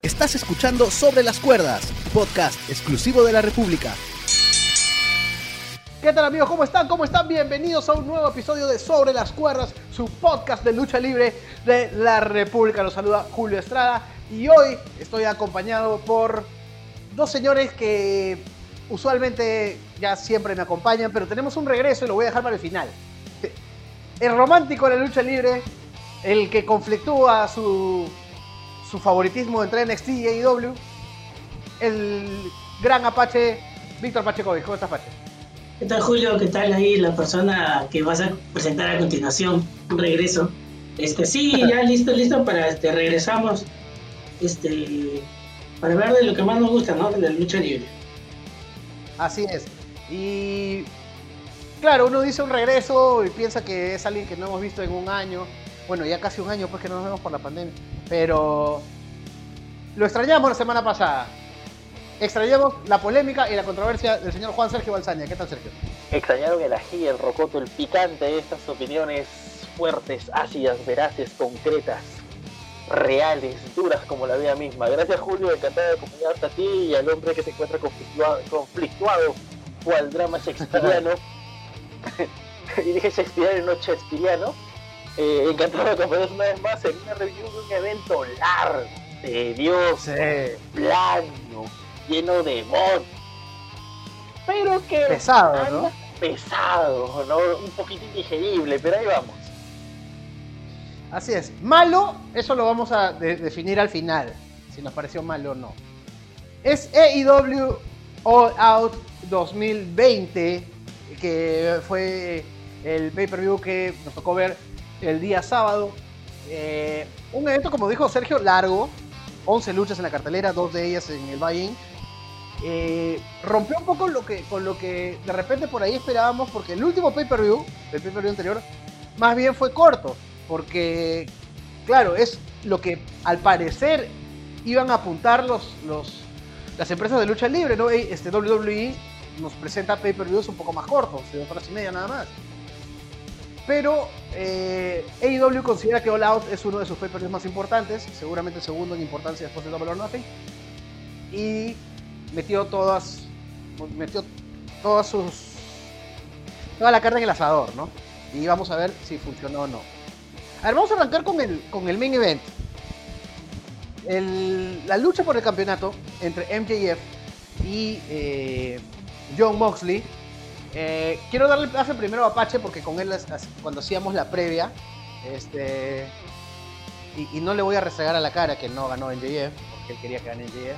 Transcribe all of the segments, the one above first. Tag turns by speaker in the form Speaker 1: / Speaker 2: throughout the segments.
Speaker 1: Estás escuchando Sobre las Cuerdas, podcast exclusivo de La República. ¿Qué tal, amigos? ¿Cómo están? ¿Cómo están? Bienvenidos a un nuevo episodio de Sobre las Cuerdas, su podcast de lucha libre de La República. Los saluda Julio Estrada y hoy estoy acompañado por dos señores que usualmente ya siempre me acompañan, pero tenemos un regreso y lo voy a dejar para el final. El romántico de la lucha libre, el que conflictúa su favoritismo entre NXT y AEW, el gran Apache, Víctor Pacheco. ¿Cómo estás, Pache?
Speaker 2: ¿Qué tal, Julio? ¿Qué tal ahí la persona que vas a presentar a continuación? Un regreso. Sí, ya listo para regresamos para hablar de lo que más nos gusta, ¿no? De la lucha libre.
Speaker 1: Así es. Y claro, uno dice un regreso y piensa que es alguien que no hemos visto en un año. Bueno, ya casi un año pues que no nos vemos por la pandemia. Pero lo extrañamos la semana pasada. Extrañamos la polémica y la controversia del señor Juan Sergio Balsaña. ¿Qué tal, Sergio?
Speaker 3: Extrañaron el ají, el rocoto, el picante, estas opiniones fuertes, ácidas, veraces, concretas, reales, duras como la vida misma. Gracias, Julio, encantado de acompañarte a ti y al hombre que se encuentra conflictuado cual drama shakespeariano. Y dije shakespeariano, no shakespeariano. Encantado de acompañarnos una vez más en una review de un evento largo, tedioso, plano, lleno de mod, pero que
Speaker 1: pesado, ¿no?
Speaker 3: Pesado, ¿no? Un poquito indigerible, pero ahí vamos.
Speaker 1: Así es. Malo, eso lo vamos a definir al final, si nos pareció malo o no. Es AEW All Out 2020, que fue el pay-per-view que nos tocó ver el día sábado. Un evento, como dijo Sergio, largo, 11 luchas en la cartelera, 2 de ellas en el buy-in. Rompió un poco con lo que de repente por ahí esperábamos, porque el último pay-per-view, el pay-per-view anterior, más bien fue corto, porque claro, es lo que al parecer iban a apuntar las empresas de lucha libre, ¿no? WWE nos presenta pay-per-views un poco más cortos, de 2 horas y media nada más. Pero AEW considera que All Out es uno de sus pay-per-views más importantes, seguramente el segundo en importancia después de Double or Nothing, y metió toda la carne en el asador, ¿no? Y vamos a ver si funcionó o no. A ver, vamos a arrancar con el main event. La lucha por el campeonato entre MJF y Jon Moxley. Quiero darle plazo primero a Apache porque con él cuando hacíamos la previa y no le voy a restregar a la cara que no ganó MJF porque él quería que gane MJF,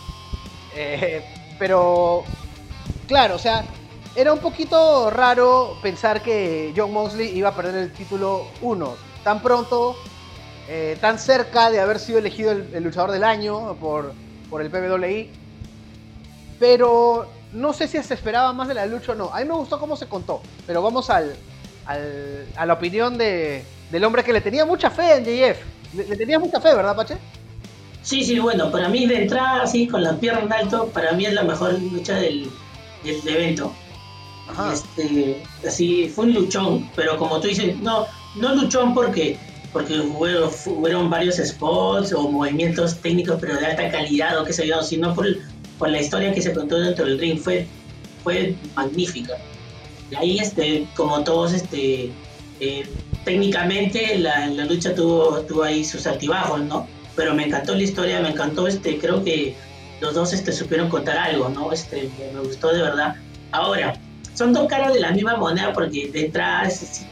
Speaker 1: pero claro, o sea, era un poquito raro pensar que Jon Moxley iba a perder el título 1 tan pronto, tan cerca de haber sido elegido el luchador del año por el PWI, pero no sé si se esperaba más de la lucha o no. A mí me gustó cómo se contó, pero vamos a la opinión del hombre que le tenía mucha fe a MJF. Le tenías mucha fe, ¿verdad, Pache?
Speaker 2: Sí, bueno, para mí de entrada así con la pierna en alto, para mí es la mejor lucha del evento.
Speaker 1: Ajá.
Speaker 2: Así fue un luchón, pero como tú dices, no luchón porque hubieron varios spots o movimientos técnicos pero de alta calidad o qué sé yo, sino por la historia que se contó dentro del ring. Fue magnífica. Y ahí como todos técnicamente la lucha tuvo ahí sus altibajos, ¿no? Pero me encantó la historia, me encantó creo que los dos supieron contar algo, ¿no? Me gustó de verdad. Ahora, son dos caras de la misma moneda porque de entrada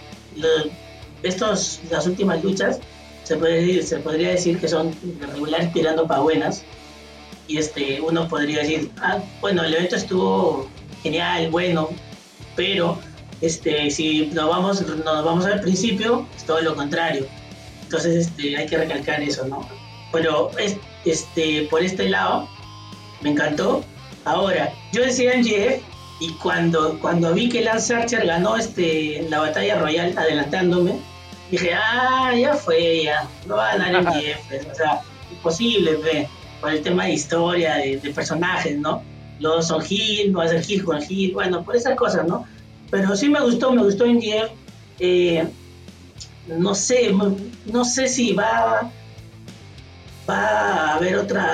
Speaker 2: las últimas luchas se podría decir que son regulares tirando para buenas. Y uno podría decir, bueno, el evento estuvo genial, bueno, pero si nos vamos al principio, es todo lo contrario. Entonces hay que recalcar eso, ¿no? Pero por este lado me encantó. Ahora, yo decía MJF y cuando vi que Lance Archer ganó la batalla royal adelantándome, dije, ya fue, no va a ganar MJF, o sea, imposible, por el tema de historia, de personajes, ¿no? Los dos son heel, no va a ser heel con heel, bueno, por esas cosas, ¿no? Pero sí me gustó MJF. No sé si va va a haber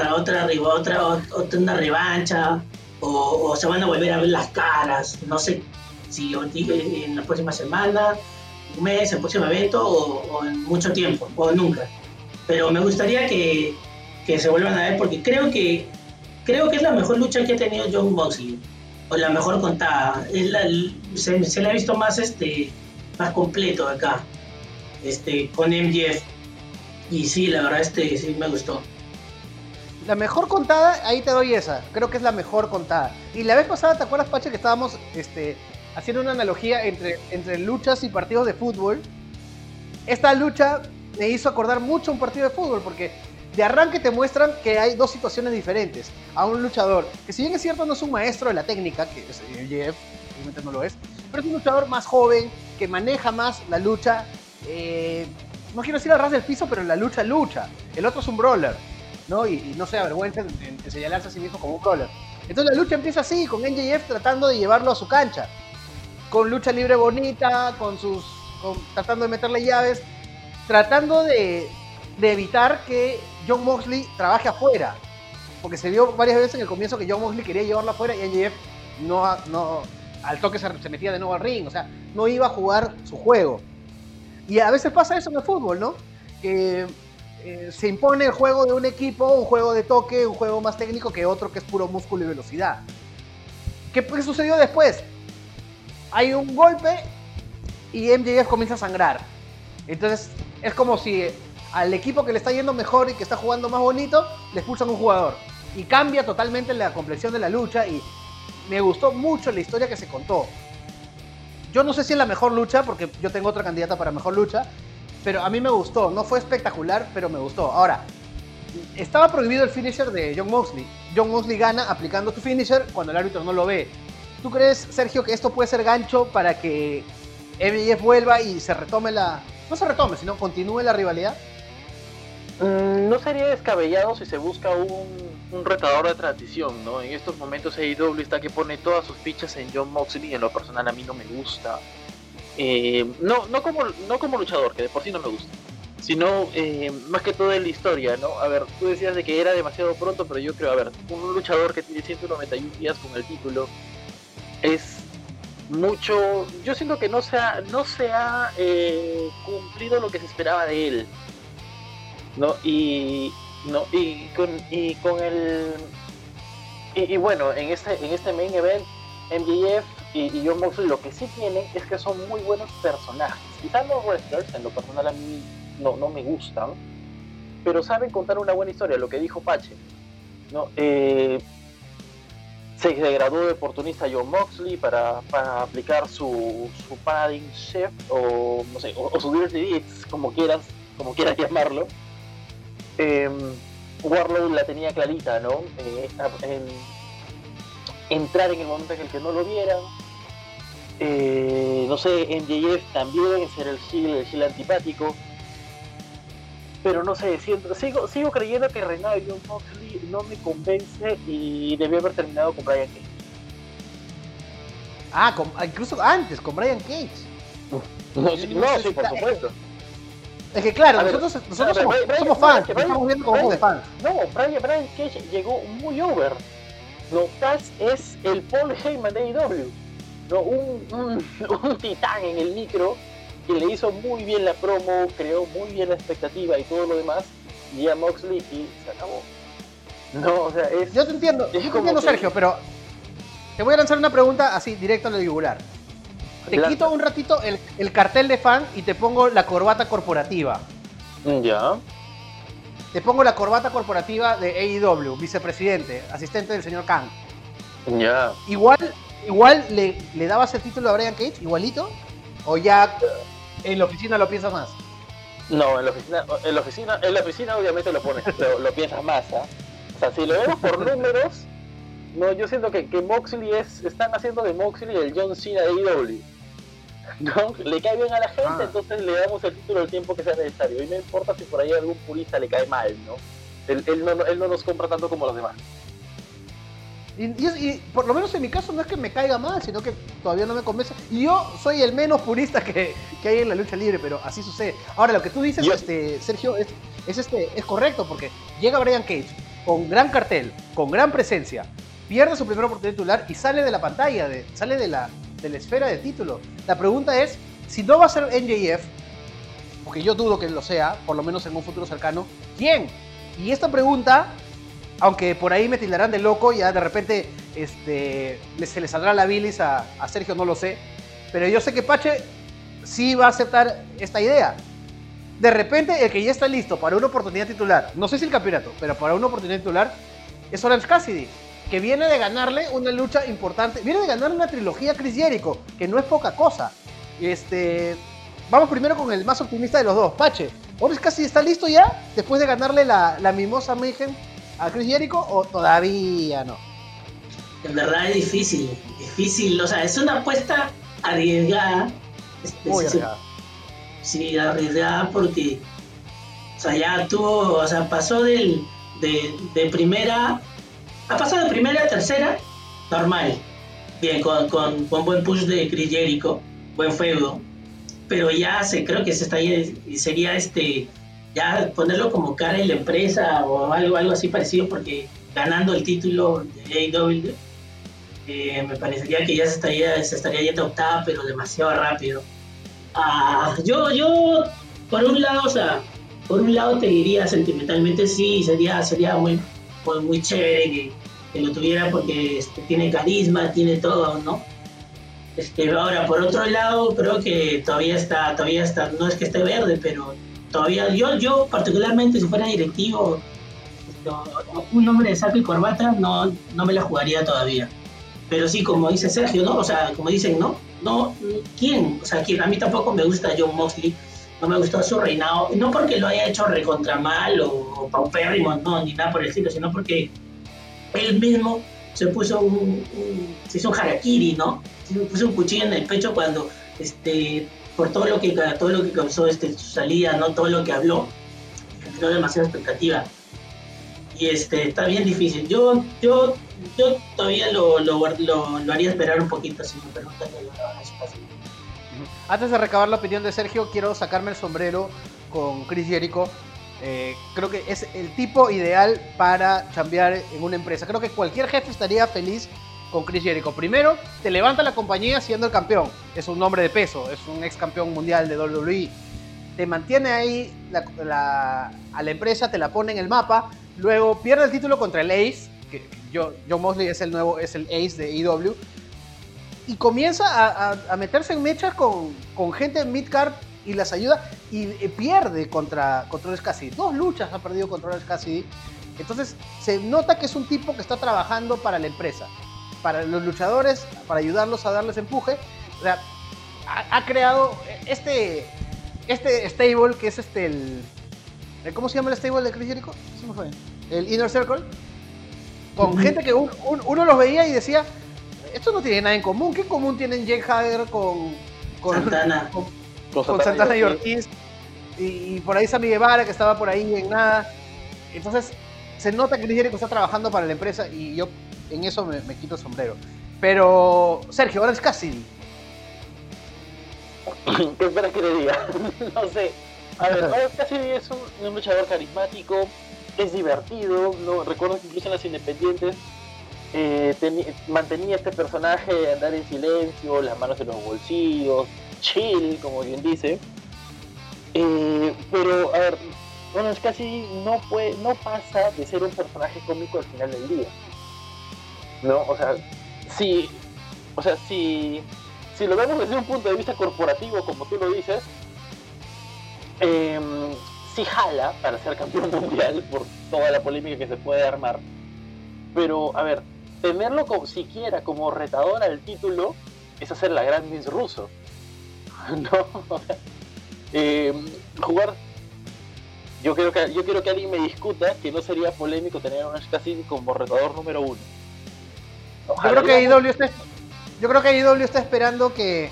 Speaker 2: una revancha, o se van a volver a ver las caras, no sé si en la próxima semana, un mes, el próximo evento, o en mucho tiempo, o nunca. Pero me gustaría que se vuelvan a ver, porque creo que es la mejor lucha que ha tenido Jon Moxley, o la mejor contada. Se la ha visto más más completo acá, con MJF. Y sí, la verdad, sí me gustó.
Speaker 1: La mejor contada, ahí te doy esa. Creo que es la mejor contada. Y la vez pasada, ¿te acuerdas, Pache, que estábamos haciendo una analogía entre luchas y partidos de fútbol? Esta lucha me hizo acordar mucho un partido de fútbol, porque de arranque te muestran que hay dos situaciones diferentes. A un luchador, que si bien es cierto no es un maestro de la técnica, que es MJF, obviamente no lo es, pero es un luchador más joven, que maneja más la lucha, no quiero decir a ras del piso, pero la lucha. El otro es un brawler, ¿no? Y no se avergüenza en señalarse a sí mismo como un brawler. Entonces la lucha empieza así, con MJF tratando de llevarlo a su cancha, con lucha libre bonita, tratando de meterle llaves, tratando de evitar que Jon Moxley trabaje afuera, porque se vio varias veces en el comienzo que Jon Moxley quería llevarlo afuera y MJF no al toque se metía de nuevo al ring, o sea, no iba a jugar su juego. Y a veces pasa eso en el fútbol, ¿no? Que se impone el juego de un equipo, un juego de toque, un juego más técnico que otro que es puro músculo y velocidad. ¿Qué sucedió después? Hay un golpe y MJF comienza a sangrar. Entonces es como si al equipo que le está yendo mejor y que está jugando más bonito, le expulsan un jugador. Y cambia totalmente la complexión de la lucha y me gustó mucho la historia que se contó. Yo no sé si es la mejor lucha, porque yo tengo otra candidata para mejor lucha, pero a mí me gustó. No fue espectacular, pero me gustó. Ahora, estaba prohibido el finisher de Jon Moxley. Jon Moxley gana aplicando su finisher cuando el árbitro no lo ve. ¿Tú crees, Sergio, que esto puede ser gancho para que MJF vuelva y se retome no se retome, sino continúe la rivalidad?
Speaker 3: No sería descabellado si se busca un retador de transición, ¿no? En estos momentos AEW está que pone todas sus fichas en Jon Moxley y en lo personal a mí no me gusta. No como luchador, que de por sí no me gusta, sino más que todo en la historia, ¿no? A ver, tú decías de que era demasiado pronto, pero yo creo, a ver, un luchador que tiene 191 días con el título es mucho. Yo siento que no se ha cumplido lo que se esperaba de él, ¿no? Y bueno, en este main event MJF y Jon Moxley lo que sí tienen es que son muy buenos personajes. Quizás los wrestlers en lo personal a mí no me gustan, pero saben contar una buena historia, lo que dijo Pache, ¿no? Se graduó de oportunista Jon Moxley para aplicar su padding shift o no sé, o su dirty deeds, como quieras llamarlo. Wardlow la tenía clarita, ¿no? Entrar en el momento en el que no lo vieran. No sé, MJF también ser el heel antipático. Pero no sé, sigo creyendo que el reinado de Jon Moxley no me convence y debió haber terminado con Brian Cage.
Speaker 1: Incluso antes, con Brian Cage.
Speaker 3: Sí, por supuesto.
Speaker 1: Es que claro, nosotros somos fans, estamos viendo como de fans.
Speaker 3: No, Brian Cage llegó muy over. No, Taz es el Paul Heyman de AEW, ¿no? Un titán en el micro que le hizo muy bien la promo, creó muy bien la expectativa y todo lo demás, y a Moxley y se acabó. No, o sea,
Speaker 1: Yo te entiendo, Sergio, pero te voy a lanzar una pregunta así, directo a lo yugular. Te quito un ratito el cartel de fan y te pongo la corbata corporativa.
Speaker 3: Ya.
Speaker 1: Te pongo la corbata corporativa de AEW, vicepresidente, asistente del señor Khan.
Speaker 3: Ya.
Speaker 1: Igual le dabas el título a Brian Cage, igualito, o ya en la oficina lo piensas más.
Speaker 3: No, en la oficina obviamente lo piensas más, ¿eh? O sea, si lo vemos por números, no, yo siento que Moxley están haciendo de Moxley el John Cena de AEW. ¿No? Le cae bien a la gente, entonces le damos el título el tiempo que sea necesario. Y no importa si por ahí a algún purista le cae mal, ¿no? Él no nos compra tanto como los demás.
Speaker 1: Y por lo menos en mi caso no es que me caiga mal, sino que todavía no me convence. Y yo soy el menos purista que hay en la lucha libre, pero así sucede. Ahora, lo que tú dices, Sergio, es correcto, porque llega Brian Cage con gran cartel, con gran presencia, pierde su primera oportunidad titular y sale de la pantalla, sale de la esfera de título. La pregunta es, si no va a ser NJF, porque yo dudo que lo sea, por lo menos en un futuro cercano, ¿quién? Y esta pregunta, aunque por ahí me tildarán de loco, ya de repente se le saldrá la bilis a Sergio, no lo sé, pero yo sé que Pache sí va a aceptar esta idea. De repente, el que ya está listo para una oportunidad titular, no sé si el campeonato, pero para una oportunidad titular, es Orange Cassidy, que viene de ganarle una lucha importante, viene de ganar una trilogía a Chris Jericho, que no es poca cosa. Vamos primero con el más optimista de los dos, Pache. ¿Orange Cassidy está listo ya, después de ganarle la mimosa Mayhem a Chris Jericho, o todavía no?
Speaker 2: En verdad es difícil, o sea, es una apuesta arriesgada.
Speaker 1: Muy arriesgada.
Speaker 2: Sí, arriesgada porque, o sea, ya tuvo, o sea, pasó de primera, ha pasado de primera a tercera, normal, bien, con buen push de Chris Jericho, buen feudo, pero ya creo que sería ya ponerlo como cara en la empresa o algo así parecido, porque ganando el título de AEW, me parecería que ya se estaría yendo octava, pero demasiado rápido. Yo por un lado te diría sentimentalmente sí, sería muy chévere que lo tuviera, porque tiene carisma, tiene todo, ¿no? Ahora, por otro lado, creo que todavía está, no es que esté verde, pero todavía yo particularmente, si fuera directivo, un hombre de saco y corbata, no me la jugaría todavía. Pero sí, como dice Sergio, ¿no? O sea, como dicen, ¿no? ¿Quién? O sea, ¿quién? A mí tampoco me gusta Jon Moxley, no me gustó su reinado, no porque lo haya hecho recontra mal o paupérrimo, no, ni nada por el estilo, sino porque él mismo se puso se hizo un harakiri, ¿no? Se puso un cuchillo en el pecho cuando, por todo lo que causó su salida, ¿no? Todo lo que habló, generó demasiada expectativa. Y está bien difícil. Yo todavía lo haría esperar un poquito, si me preguntan de la espacio.
Speaker 1: Antes de recabar la opinión de Sergio, quiero sacarme el sombrero con Chris Jericho. Creo que es el tipo ideal para chambear en una empresa. Creo que cualquier jefe estaría feliz con Chris Jericho. Primero, te levanta la compañía siendo el campeón. Es un hombre de peso, es un ex campeón mundial de WWE. Te mantiene ahí a la empresa, te la pone en el mapa. Luego pierde el título contra el Ace, que Jon Moxley es el Ace de AEW. Y comienza a meterse en mechas con gente en midcard y las ayuda, y pierde contra Orange Cassidy. 2 luchas ha perdido contra Orange Cassidy. Entonces se nota que es un tipo que está trabajando para la empresa, para los luchadores, para ayudarlos a darles empuje. O sea, ha creado este stable que es ¿cómo se llama el stable de Chris Jericho? ¿Cómo fue? El Inner Circle. Con gente que uno los veía y decía, esto no tiene nada en común. ¿Qué en común tienen Jake Hager con
Speaker 2: Santana?
Speaker 1: Con Santana y Ortiz, y por ahí Sammy Guevara, que estaba por ahí en nada. Entonces se nota que Chris Jericho está trabajando para la empresa, y yo en eso me quito el sombrero. Pero Sergio, Orange Cassidy,
Speaker 3: ¿qué esperas que le diga? No sé. A ver, Orange Cassidy es un luchador carismático, es divertido, ¿no? Recuerdo que incluso en las independientes mantenía este personaje de andar en silencio, las manos en los bolsillos, chill, como bien dice. Pero, a ver, Orange Cassidy no pasa de ser un personaje cómico al final del día, ¿no? O sea, si lo vemos desde un punto de vista corporativo, como tú lo dices, sí jala para ser campeón mundial por toda la polémica que se puede armar. Pero, a ver, tenerlo siquiera como retador al título es hacer la gran Vince Russo, ¿no? Jugar. Yo quiero que alguien me discuta que no sería polémico tener a Orange Cassidy como retador número 1.
Speaker 1: Yo creo que AEW está esperando que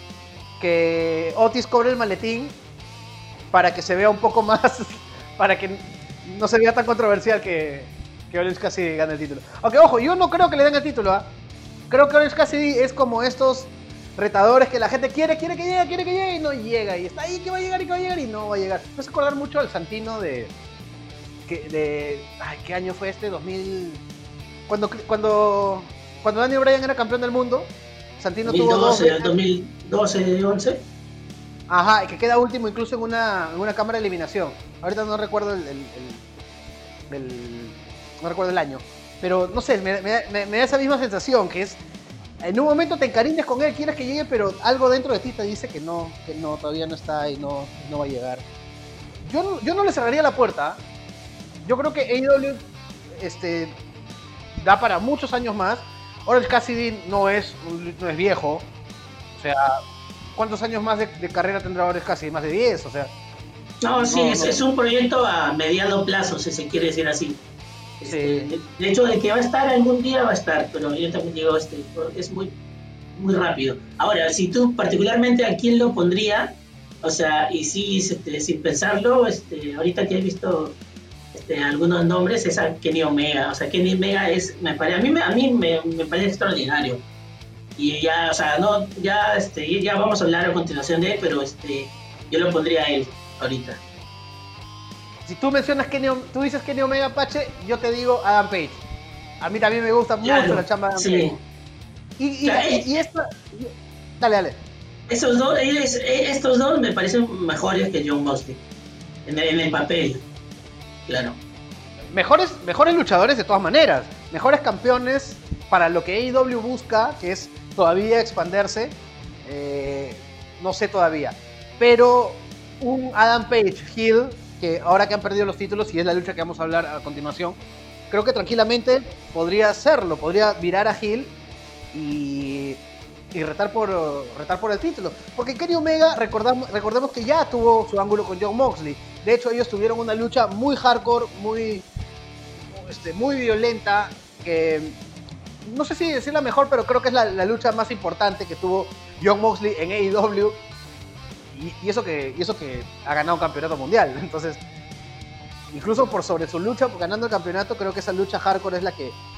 Speaker 1: Otis cobre el maletín para que se vea un poco más, para que no se vea tan controversial que que Orange Cassidy gane el título. Aunque ojo, yo no creo que le den el título, ¿ah? Creo que Orange Cassidy es como estos retadores que la gente quiere que llegue y no llega. Y está ahí que va a llegar y no va a llegar. Me hace acordar mucho al Santino de ay, ¿qué año fue este? 2000... Cuando Daniel Bryan era campeón del mundo, Santino
Speaker 2: 2012,
Speaker 1: tuvo
Speaker 2: 2012, 11.
Speaker 1: Ajá, y que queda último incluso en una cámara de eliminación. Ahorita no recuerdo no recuerdo el año. Pero no sé, me da esa misma sensación, que es, en un momento te encariñas con él, quieres que llegue, pero algo dentro de ti te dice que no, todavía no está y no va a llegar. Yo no le cerraría la puerta. Yo creo que AEW da para muchos años más. Orange Cassidy no es viejo. O sea, ¿cuántos años más de carrera tendrá Orange Cassidy? Más de 10, o sea.
Speaker 2: No, sí, es un proyecto a mediano plazo, si se quiere decir así.
Speaker 1: Sí.
Speaker 2: El hecho de que va a estar algún día, va a estar, pero yo también digo, es muy, muy rápido. Ahora, si tú particularmente a quién lo pondría, o sea, y sí, sin pensarlo, ahorita que he visto algunos nombres, es a Kenny Omega. O sea, Kenny Omega a mí me parece extraordinario. Y ya, o sea, no, ya vamos a hablar a continuación de él, pero yo lo pondría a él ahorita.
Speaker 1: Si tú mencionas tú dices Kenny Omega, Pache, yo te digo Adam Page. A mí también me gusta mucho la chamba de Adam Page. Y esta... Dale. Estos dos me parecen mejores que Jon Moxley en el papel, claro. Mejores luchadores de todas maneras, mejores campeones para lo que AEW busca, que es todavía expandirse, no sé todavía, pero un Adam Page heel, que ahora que han perdido los títulos y es la lucha que vamos a hablar a continuación, creo que tranquilamente podría hacerlo, podría virar a heel y retar por el título, porque Kenny Omega recordemos que ya tuvo su ángulo con Jon Moxley. De hecho, ellos tuvieron una lucha muy hardcore, muy violenta, que no sé si decir la mejor, pero creo que es la lucha más importante que tuvo Jon Moxley en AEW, y eso que ha ganado un campeonato mundial. Entonces, incluso por sobre su lucha, ganando el campeonato, creo que esa lucha hardcore es la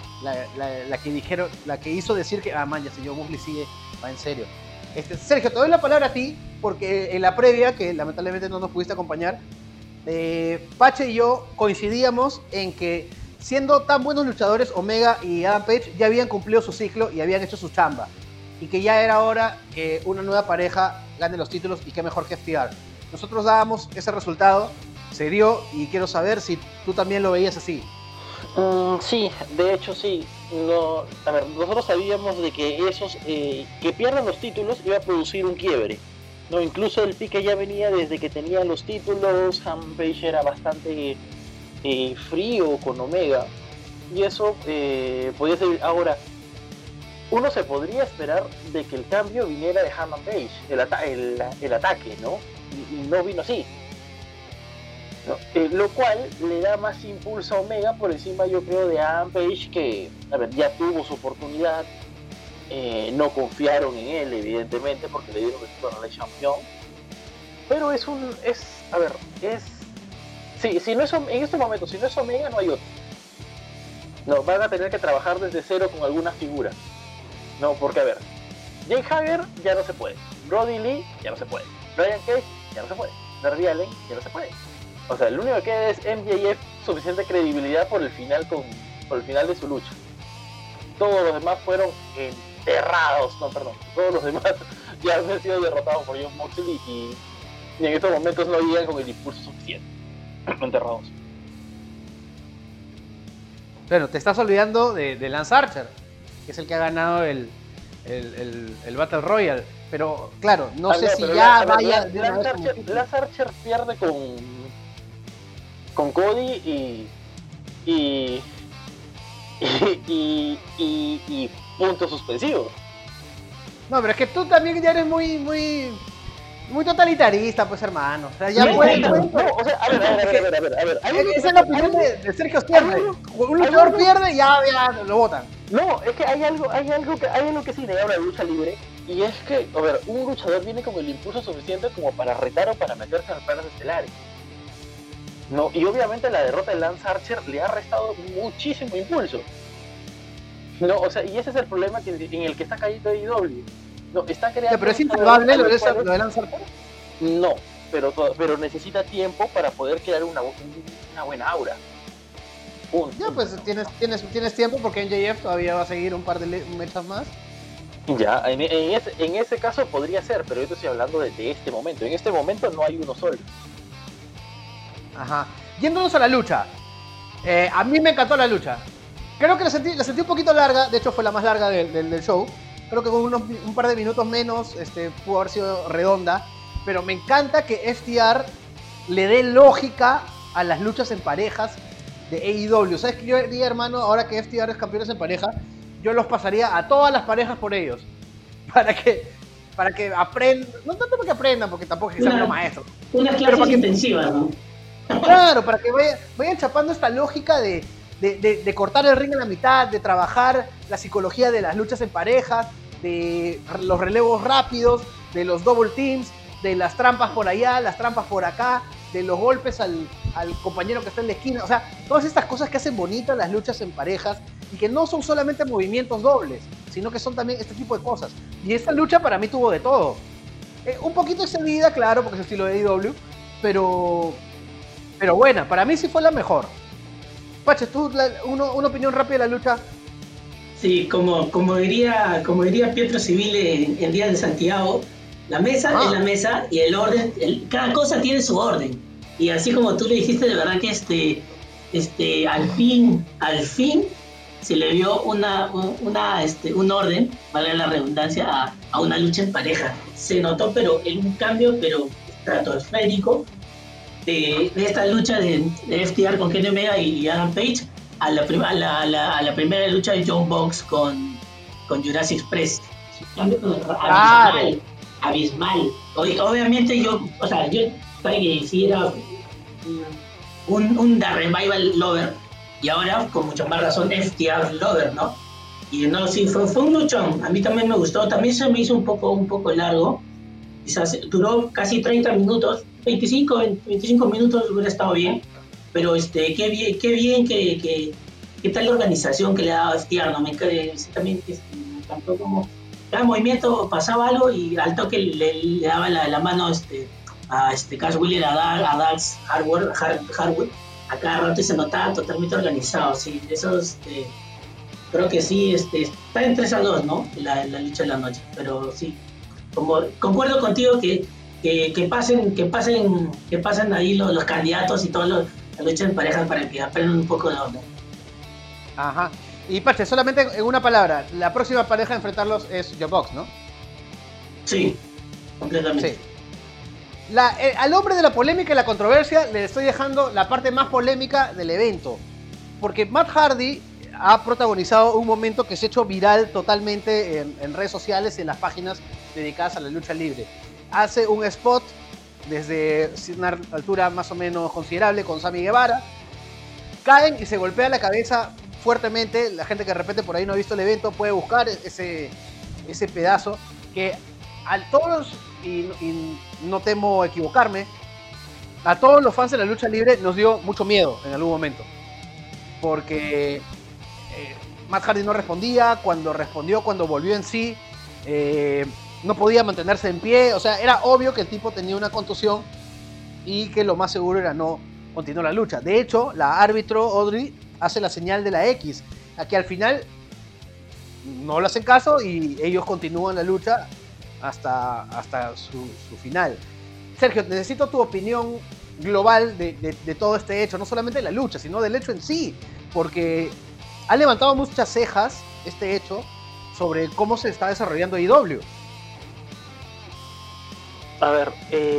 Speaker 1: que hizo decir que, man, ya si Jon Moxley sigue, va en serio. Sergio, te doy la palabra a ti, porque en la previa, que lamentablemente no nos pudiste acompañar, Pache y yo coincidíamos en que, siendo tan buenos luchadores, Omega y Adam Page ya habían cumplido su ciclo y habían hecho su chamba, y que ya era hora que una nueva pareja gane los títulos, y qué mejor que FTR. Nosotros dábamos ese resultado, se dio, y quiero saber si tú también lo veías así.
Speaker 3: Sí, de hecho sí. A ver, nosotros sabíamos de que esos que pierdan los títulos iba a producir un quiebre, ¿no? Incluso el pique ya venía desde que tenían los títulos. Adam Page era bastante frío con Omega, y eso podía ser. Ahora, uno se podría esperar de que el cambio viniera de Adam Page, el ataque, ¿no? Y no vino así, ¿no? Lo cual le da más impulso a Omega por encima, yo creo, de Adam Page, que, a ver, ya tuvo su oportunidad. No confiaron en él, evidentemente, porque le dieron el título al campeón. Pero si no es en estos momentos, si no es Omega, no hay otro. No, van a tener que trabajar desde cero con algunas figuras. No, porque a ver, Jake Hager ya no se puede, Brody Lee ya no se puede, Brian Cage ya no se puede, Darby Allin ya no se puede. O sea, el único que queda es MJF, suficiente credibilidad por el final de su lucha. Todos los demás fueron enterrados, todos los demás ya han sido derrotados por Jon Moxley, y en estos momentos no llegan con el impulso suficiente. Enterrados.
Speaker 1: Bueno, te estás olvidando de Lance Archer, que es el que ha ganado el Battle Royale. Pero claro, no sé si ya vaya.
Speaker 3: Lance Archer pierde con Cody y puntos suspensivos. No,
Speaker 1: pero es que tú también ya eres muy totalitarista, pues, hermano. O sea, ya puedes.
Speaker 3: No, o sea, a ver.
Speaker 1: Esa es la opinión de Sergio Stierre. Un luchador pierde y ya lo votan.
Speaker 3: No, es que hay algo que es innegable de la lucha libre, y es que, a ver, un luchador viene con el impulso suficiente como para retar o para meterse en los planos estelares. ¿no? Y obviamente la derrota de Lance Archer le ha restado muchísimo impulso, ¿no? O sea, y ese es el problema en el que está cayendo AEW. No, está creando...
Speaker 1: Pero es insalvable lo de Lance Archer.
Speaker 3: No, pero necesita tiempo para poder crear una buena aura.
Speaker 1: Ya, pues tienes tiempo porque MJF todavía va a seguir un par de mechas más.
Speaker 3: Ya, en ese caso podría ser, pero yo te estoy hablando de este momento. En este momento no hay uno solo.
Speaker 1: Ajá. Yéndonos a la lucha. A mí me encantó la lucha. Creo que la sentí un poquito larga. De hecho, fue la más larga del show. Creo que con un par de minutos menos pudo haber sido redonda. Pero me encanta que FTR le dé lógica a las luchas en parejas de AEW. ¿Sabes qué yo diría, hermano? Ahora que FTR es campeones en pareja, yo los pasaría a todas las parejas por ellos. Para que aprendan. No tanto para que aprendan, porque tampoco es que sean los maestros.
Speaker 2: Unas clases intensivas, ¿no?
Speaker 1: Claro, para que vayan chapando esta lógica de cortar el ring en la mitad, de trabajar la psicología de las luchas en parejas, de los relevos rápidos, de los double teams, de las trampas por allá, las trampas por acá, de los golpes al compañero que está en la esquina. O sea, todas estas cosas que hacen bonitas las luchas en parejas y que no son solamente movimientos dobles, sino que son también este tipo de cosas. Y esta lucha para mí tuvo de todo. Un poquito extendida, claro, porque es estilo de AEW, pero buena, para mí sí fue la mejor. Pache, tú, una opinión rápida de la lucha.
Speaker 2: Sí, como diría Pietro Civile en Día de Santiago, la mesa es la mesa y el orden, cada cosa tiene su orden. Y así como tú le dijiste, de verdad que al fin se le vio un orden, vale la redundancia, a una lucha en pareja. Se notó un cambio estratosférico de esta lucha de FTR con Kenny Omega y Adam Page a la primera lucha de John Box con Jurassic Express. Un cambio abismal. Obviamente yo sabía que sí era un The Revival Lover, y ahora con mucha más razón FTR Lover, ¿no? Y no, sí, fue un luchón. A mí también me gustó. También se me hizo un poco largo. Quizás duró casi 30 minutos. 25 minutos hubiera estado bien. Pero qué bien qué tal la organización que le daba FTR, ¿no? También me encantó como cada movimiento pasaba algo y al toque le daba la mano a Cash Wheeler, a Dax Harwood, a cada rato, y se notaba totalmente organizado. Sí, eso creo que sí, está en 3-2, ¿no? La lucha de la noche, pero sí, concuerdo contigo que pasen ahí los candidatos y todos la lucha en pareja para que aprendan un poco de orden.
Speaker 1: Ajá. Y Pache, solamente en una palabra, la próxima pareja a enfrentarlos es John Box, ¿no?
Speaker 2: Sí, completamente.
Speaker 1: Sí. Al hombre de la polémica y la controversia le estoy dejando la parte más polémica del evento, porque Matt Hardy ha protagonizado un momento que se ha hecho viral totalmente en redes sociales y en las páginas dedicadas a la lucha libre. Hace un spot desde una altura más o menos considerable con Sammy Guevara, caen y se golpea la cabeza fuertemente. La gente que de repente por ahí no ha visto el evento puede buscar ese pedazo que a todos, y no temo equivocarme, a todos los fans de la lucha libre nos dio mucho miedo en algún momento, porque Matt Hardy no respondía, cuando volvió en sí, no podía mantenerse en pie. O sea, era obvio que el tipo tenía una contusión y que lo más seguro era no continuar la lucha. De hecho, la árbitro Audrey hace la señal de la X, a que al final no le hacen caso y ellos continúan la lucha hasta su final. Sergio, necesito tu opinión global de todo este hecho, no solamente de la lucha, sino del hecho en sí, porque ha levantado muchas cejas este hecho sobre cómo se está desarrollando AEW.
Speaker 3: A ver,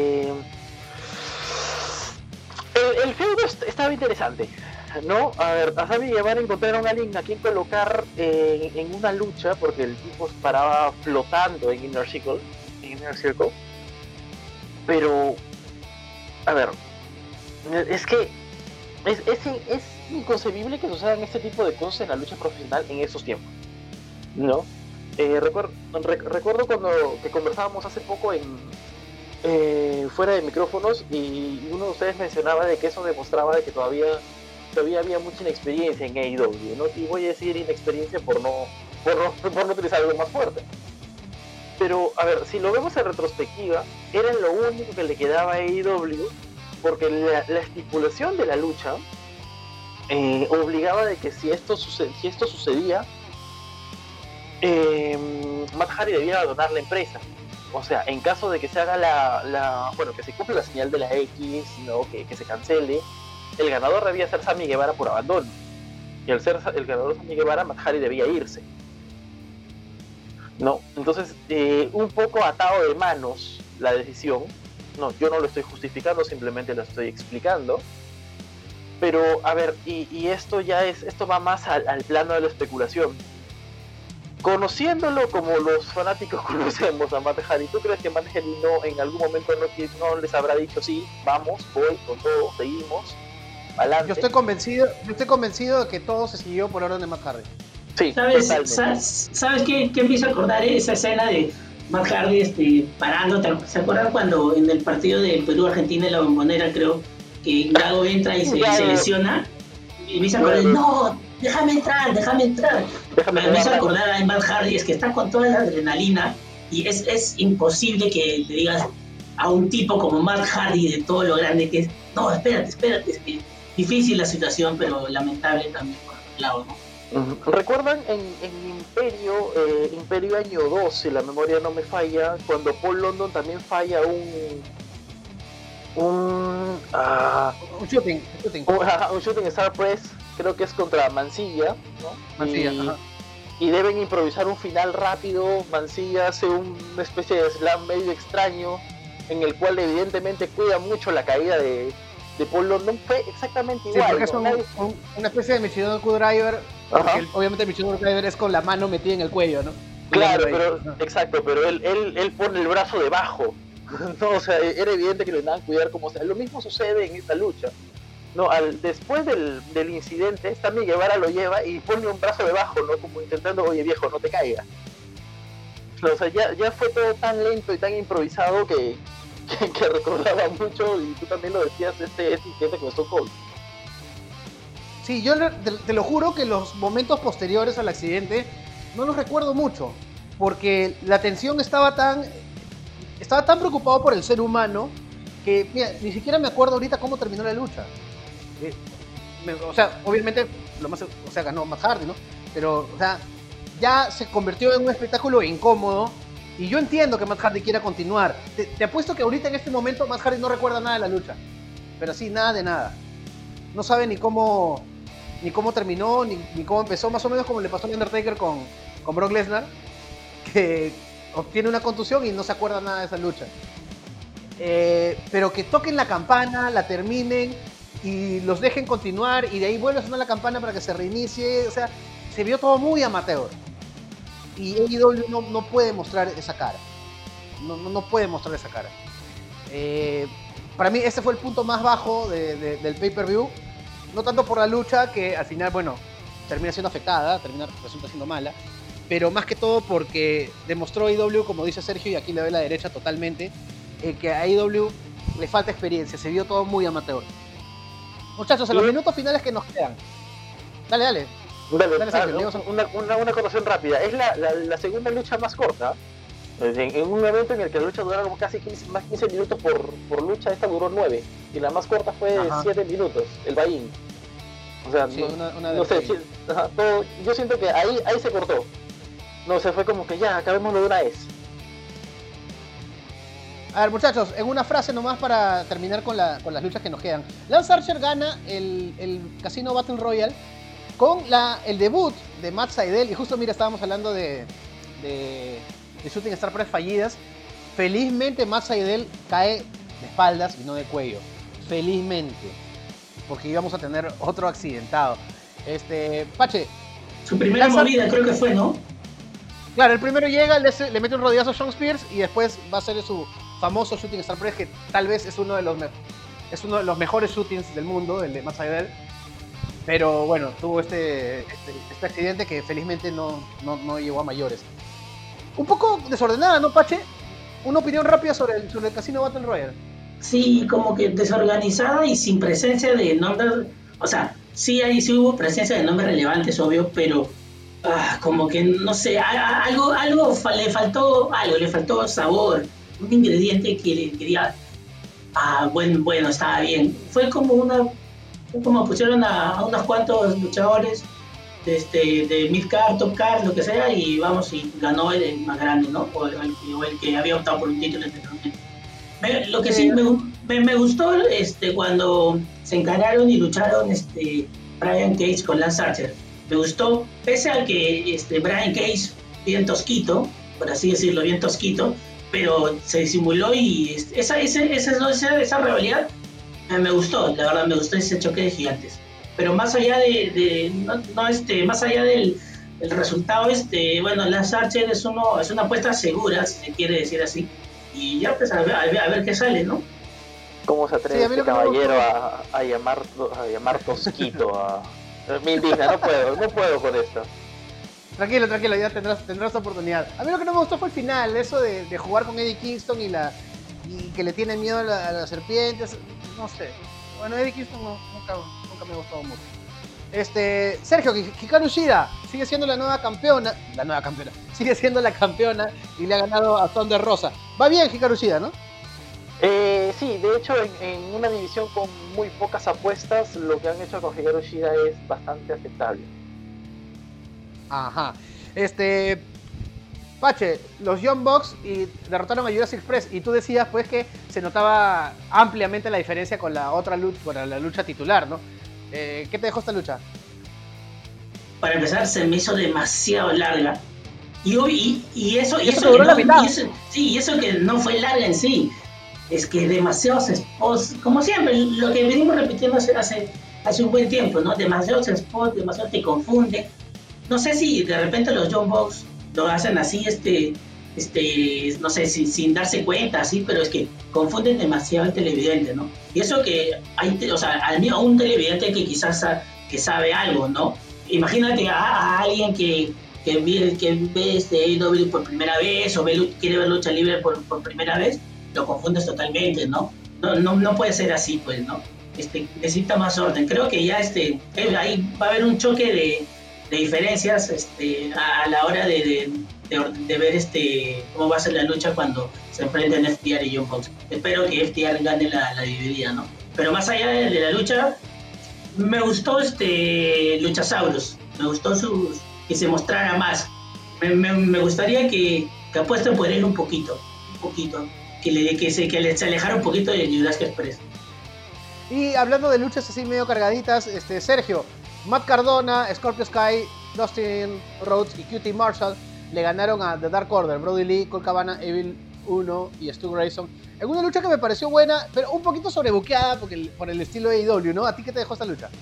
Speaker 3: el feudo estaba interesante, ¿no? A ver, a Sammy Guevara encontraron a alguien a quien colocar en una lucha, porque el tipo paraba flotando en Inner Circle. Pero, a ver, es que es inconcebible que sucedan este tipo de cosas en la lucha profesional en esos tiempos, ¿no? Recuerdo que conversábamos hace poco fuera de micrófonos y uno de ustedes mencionaba de que eso demostraba de que todavía había mucha inexperiencia en AEW, ¿no? Y voy a decir inexperiencia por no utilizar algo más fuerte. Pero, a ver, si lo vemos en retrospectiva, era lo único que le quedaba a AEW, porque la estipulación de la lucha obligaba de que si esto sucedía, Matt Hardy debía abandonar la empresa. O sea, en caso de que se haga que se cumpla la señal de la X, ¿no? que se cancele, el ganador debía ser Sammy Guevara por abandono. Y al ser el ganador Sammy Guevara, Matt Hardy debía irse. No, entonces, un poco atado de manos la decisión. No, yo no lo estoy justificando, simplemente lo estoy explicando. Pero, a ver, y esto va más al plano de la especulación. Conociéndolo como los fanáticos conocemos a Matt Hardy, ¿tú crees que Matt Hardy en algún momento no les habrá dicho sí, vamos, voy con todo, seguimos, adelante?
Speaker 1: Yo estoy convencido de que todo se siguió por orden de Matt Hardy.
Speaker 3: Sí,
Speaker 2: ¿Sabes qué me hizo acordar esa escena de Matt Hardy parando? ¿Se acuerdan cuando en el partido de Perú-Argentina en la Bombonera, creo, que Gago entra y se lesiona? Y me hizo acordar, no, déjame entrar. Me hizo acordar a Matt Hardy, es que está con toda la adrenalina y es imposible que le digas a un tipo como Matt Hardy, de todo lo grande que es, no, espérate, es que difícil la situación, pero lamentable también por otro lado, ¿no?
Speaker 3: ¿Recuerdan en Imperio año 2, si la memoria no me falla, cuando Paul London también falla un shooting Star Press, creo que es contra Mancilla, ¿no?
Speaker 1: Mancilla,
Speaker 3: y deben improvisar un final rápido. Mancilla hace una especie de slam medio extraño, en el cual evidentemente cuida mucho la caída de Paul London. Fue exactamente igual.
Speaker 1: Sí, porque es una especie de Michinoku Screwdriver. Obviamente el Michinoku Screwdriver es con la mano metida en el cuello, ¿no?
Speaker 3: Claro, exacto, pero él pone el brazo debajo. No, o sea, era evidente que lo intentaban cuidar como sea. Lo mismo sucede en esta lucha. No, después del incidente, Sammy Guevara lo lleva y pone un brazo debajo, ¿no? Como intentando, oye viejo, no te caigas. O sea, ya fue todo tan lento y tan improvisado que recordaba mucho, y tú también lo decías, este incidente con Stone Cold.
Speaker 1: Sí, yo te lo juro que los momentos posteriores al accidente no los recuerdo mucho, porque la tensión estaba tan preocupado por el ser humano que, mira, ni siquiera me acuerdo ahorita cómo terminó la lucha. O sea, obviamente ganó Matt Hardy, ¿no? Pero, o sea, ya se convirtió en un espectáculo incómodo y yo entiendo que Matt Hardy quiera continuar. Te apuesto que ahorita en este momento Matt Hardy no recuerda nada de la lucha, pero sí, nada de nada. No sabe ni cómo terminó, ni cómo empezó, más o menos como le pasó a Undertaker con Brock Lesnar, que obtiene una contusión y no se acuerda nada de esa lucha. Pero que toquen la campana, la terminen y los dejen continuar y de ahí vuelve a sonar la campana para que se reinicie. O sea, se vio todo muy amateur. Y AEW no puede mostrar esa cara. No puede mostrar esa cara. Para mí ese fue el punto más bajo del pay-per-view. No tanto por la lucha, que al final, bueno, termina siendo afectada, resulta siendo mala, pero más que todo porque demostró AEW, como dice Sergio, y aquí le doy la derecha totalmente, que a AEW le falta experiencia, se vio todo muy amateur. Muchachos, en los minutos finales que nos quedan. Dale, Sergio,
Speaker 3: una acotación rápida. Es la segunda lucha más corta. En un evento en el que la lucha duraba como casi 15 minutos por lucha, esta duró 9. Y la más corta fue 7 minutos, el buy-in. O sea,
Speaker 1: sí,
Speaker 3: no sé, yo siento que ahí se cortó. No, se fue como que ya, acabémoslo de una vez.
Speaker 1: A ver, muchachos, en una frase nomás para terminar con las luchas que nos quedan. Lance Archer gana el Casino Battle Royale con el debut de Matt Sydal. Y justo, mira, estábamos hablando de Shooting Star Press fallidas. Felizmente Matt Sydal cae de espaldas y no de cuello. Felizmente. Porque íbamos a tener otro accidentado. Pache.
Speaker 2: Su primera movida creo que fue, ¿no?
Speaker 1: Claro, el primero llega, le mete un rodillazo a Shawn Spears y después va a ser su famoso Shooting Star Press, que tal vez es uno de los mejores shootings del mundo, el de Matt Sydal. Pero bueno, tuvo este accidente que felizmente no llegó a mayores. Un poco desordenada, ¿no, Pache? una opinión rápida sobre el Casino Battle Royale.
Speaker 2: Sí, como que desorganizada y sin presencia de nombres, o sea, sí hubo presencia de nombres relevantes, obvio, pero como que, no sé, le faltó sabor, un ingrediente que le quería, bueno, estaba bien. Fue como pusieron a unos cuantos luchadores de mid-card, top-card, lo que sea, y vamos, y ganó el más grande, ¿no? O el que había optado por un título anteriormente. Lo que sí me gustó cuando se encararon y lucharon Brian Cage con Lance Archer. Me gustó, pese a que Brian Cage, bien tosquito, por así decirlo, bien tosquito, pero se disimuló y esa rivalidad me gustó, la verdad me gustó ese choque de gigantes. Pero más allá más allá del resultado, bueno, Lance Archer es una apuesta segura, si se quiere decir así. Y ya pues a ver qué sale, ¿no?
Speaker 3: ¿Cómo se atreve este caballero a llamar tosquito? Me indigna, no puedo con esto.
Speaker 1: Tranquilo, ya tendrás oportunidad. A mí lo que no me gustó fue el final, eso de jugar con Eddie Kingston y que le tiene miedo a las serpientes, no sé. Bueno, Eddie Kingston nunca me ha gustado mucho. Sergio, Hikaru Shida sigue siendo la nueva campeona, sigue siendo la campeona y le ha ganado a Thunder Rosa. Va bien Hikaru Shida, ¿no?
Speaker 3: Sí, de hecho en una división con muy pocas apuestas, lo que han hecho con Hikaru Shida es bastante aceptable.
Speaker 1: Ajá. Pache, los Young Bucks derrotaron a Jurassic Express y tú decías pues que se notaba ampliamente la diferencia con la otra lucha, con la lucha titular, ¿no? ¿Qué te dejó esta lucha?
Speaker 2: Para empezar, se me hizo demasiado larga. Y eso
Speaker 1: duró la mitad.
Speaker 2: Y eso que no fue larga en sí. Es que demasiados spots, como siempre, lo que venimos repitiendo hace un buen tiempo, ¿no? Demasiados spots, demasiado te confunde. No sé si de repente los Young Bucks lo hacen así, no sé, sin darse cuenta, así, pero es que confunden demasiado al televidente, ¿no? Y eso que a un televidente que quizás que sabe algo, ¿no? Imagínate a alguien que ve AEW por primera vez o quiere ver lucha libre por primera vez, lo confundes totalmente, ¿no? No puede ser así, pues, ¿no? Necesita más orden. Creo que ya ahí va a haber un choque de diferencias a la hora de ver cómo va a ser la lucha cuando se enfrenten FTR y Young Bucks. Espero que FTR gane la dividida, ¿no? Pero más allá de la lucha, me gustó Luchasaurus, me gustó que se mostrara más. Me gustaría que apuesten por él un poquito, que se alejara un poquito de Jurassic Express.
Speaker 1: Y hablando de luchas así medio cargaditas, Sergio, Matt Cardona, Scorpio Sky, Dustin Rhodes y QT Marshall le ganaron a The Dark Order, Brody Lee, Colt Cabana, Evil 1 y Stu Grayson. En una lucha que me pareció buena, pero un poquito sobrebuqueada por el estilo de AEW, ¿no? ¿A ti qué te dejó esta lucha?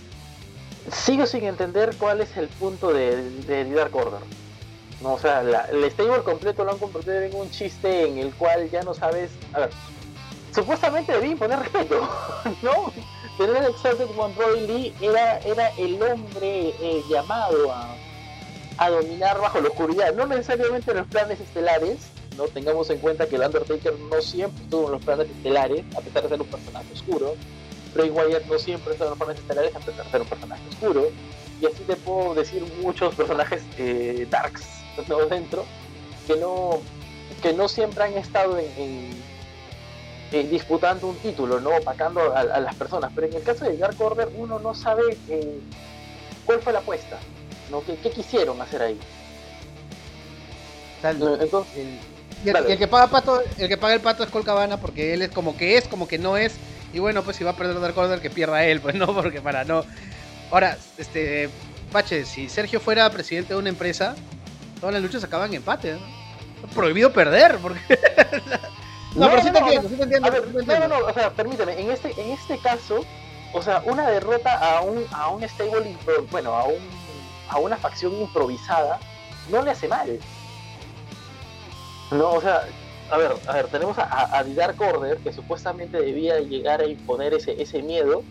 Speaker 3: Sigo sin entender cuál es el punto de Dark Order. No, o sea, el stable completo lo han convertido en un chiste en el cual ya no sabes... A ver, supuestamente debí imponer respeto, ¿no? Tener el Exalted One Brody Lee era el hombre llamado a dominar bajo la oscuridad, no necesariamente en los planes estelares, no tengamos en cuenta que el Undertaker no siempre estuvo en los planes estelares, a pesar de ser un personaje oscuro. Bray Wyatt no siempre estuvo en los planes estelares, a pesar de ser un personaje oscuro. Y así te puedo decir muchos personajes darks, ¿no? Dentro, que no siempre han estado disputando un título, ¿no? Opacando a las personas. Pero en el caso de Dark Order, uno no sabe cuál fue la apuesta, ¿no? ¿Qué quisieron hacer ahí?
Speaker 1: Entonces, el que paga el pato es Colt Cabana, porque él es como que no es. Y bueno, pues si va a perder Dark Order, que pierda él, pues no, porque para no. Ahora, Pache, si Sergio fuera presidente de una empresa, todas las luchas acaban en empate, ¿no? Prohibido perder, porque... pero sí te entiendo.
Speaker 3: No, o sea, permíteme, en este caso, o sea, una derrota a un stable, bueno, a una facción improvisada, no le hace mal. No, o sea, a ver, tenemos a The Dark Order, que supuestamente debía llegar a imponer ese miedo,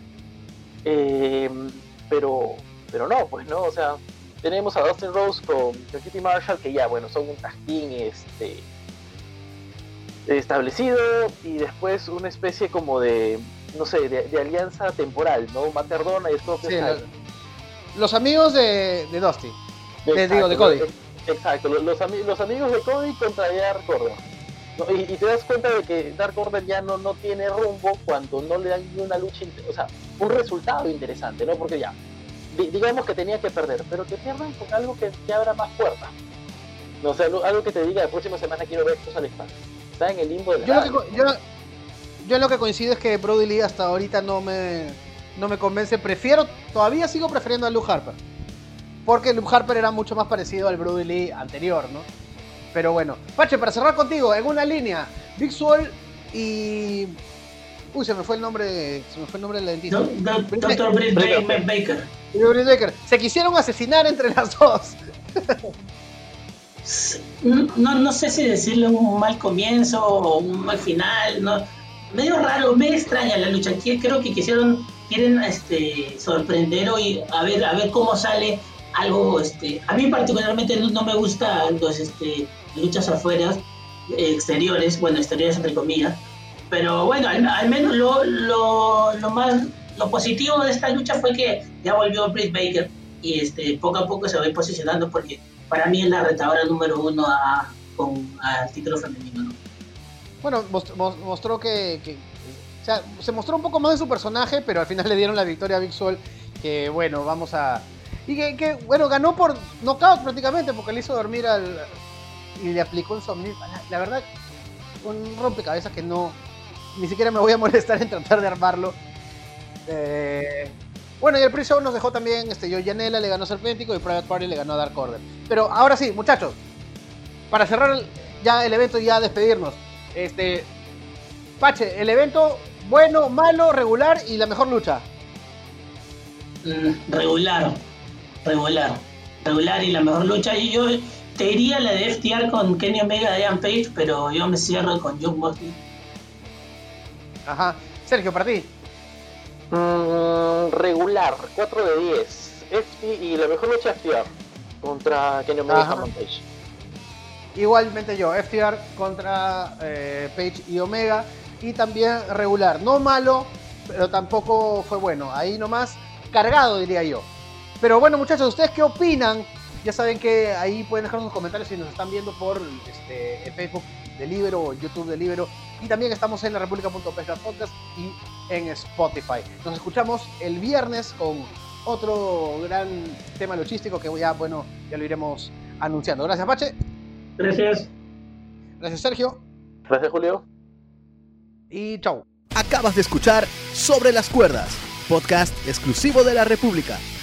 Speaker 3: pero no, pues no, o sea, tenemos a Dustin Rhodes con QT Marshall, que ya, bueno, son un tag team, establecido y después una especie como de, no sé, de alianza temporal, ¿no? Matt Cardona y Scorpio Sky.
Speaker 1: Los amigos de Dusty. De Cody.
Speaker 3: Exacto, los amigos de Cody contra Dark Order. ¿No? Y te das cuenta de que Dark Order ya no tiene rumbo cuando no le dan ni una lucha, o sea, un resultado interesante, ¿no? Porque ya, digamos que tenía que perder, pero que pierdan con algo que abra más puertas. No, o sea, algo que te diga, la próxima semana quiero ver cosas al espacio. Está en el limbo de la
Speaker 1: yo lo que coincido es que Brody Lee hasta ahorita no me convence. Todavía sigo prefiriendo a Luke Harper. Porque Luke Harper era mucho más parecido al Brody Lee anterior, ¿no? Pero bueno. Pache, para cerrar contigo, en una línea, Big Swole y... Uy, se me fue el nombre del dentista.
Speaker 2: Dr. Britt Baker.
Speaker 1: Britt Baker. Se quisieron asesinar entre las dos.
Speaker 2: No sé si decirle un mal comienzo o un mal final, no, medio raro, me extraña la lucha. Creo que quieren sorprender hoy, a ver cómo sale algo. A mí particularmente no me gustan los luchas afuera, exteriores entre comillas, pero bueno, al menos lo positivo de esta lucha fue que ya volvió Britt Baker y poco a poco se va a ir posicionando, porque para mí es la retadora número 1 al título femenino, ¿no? Bueno,
Speaker 1: mostró que o sea, se mostró un poco más de su personaje, pero al final le dieron la victoria a Big Swole, que bueno, y que bueno, ganó por knockout prácticamente, porque le hizo dormir y le aplicó un somnil. La verdad, un rompecabezas que ni siquiera me voy a molestar en tratar de armarlo. Bueno, y el pre-show nos dejó también, Janela le ganó a Serpéntico y Private Party le ganó a Dark Order. Pero ahora sí, muchachos, para cerrar ya el evento y ya despedirnos. Pache, el evento, bueno, malo, regular y la mejor lucha.
Speaker 2: Regular y la mejor lucha. Y yo te diría la de FTR con Kenny Omega y Ian Page, pero yo me cierro con Jon Moxley.
Speaker 1: Ajá. Sergio, para ti.
Speaker 3: Regular, 4 de 10. Y la mejor lucha FTR contra Kenny Omega y Hangman Page.
Speaker 1: Igualmente yo, FTR contra Page y Omega. Y también regular, no malo, pero tampoco fue bueno. Ahí nomás cargado, diría yo. Pero bueno, muchachos, ¿ustedes qué opinan? Ya saben que ahí pueden dejar sus comentarios si nos están viendo por Facebook de Libero o YouTube de Libero. Y también estamos en la República.podcast y en Spotify. Nos escuchamos el viernes con otro gran tema luchístico que ya lo iremos anunciando. Gracias, Pache.
Speaker 2: Gracias.
Speaker 1: Gracias, Sergio.
Speaker 3: Gracias, Julio.
Speaker 1: Y chau.
Speaker 4: Acabas de escuchar Sobre las Cuerdas, podcast exclusivo de la República.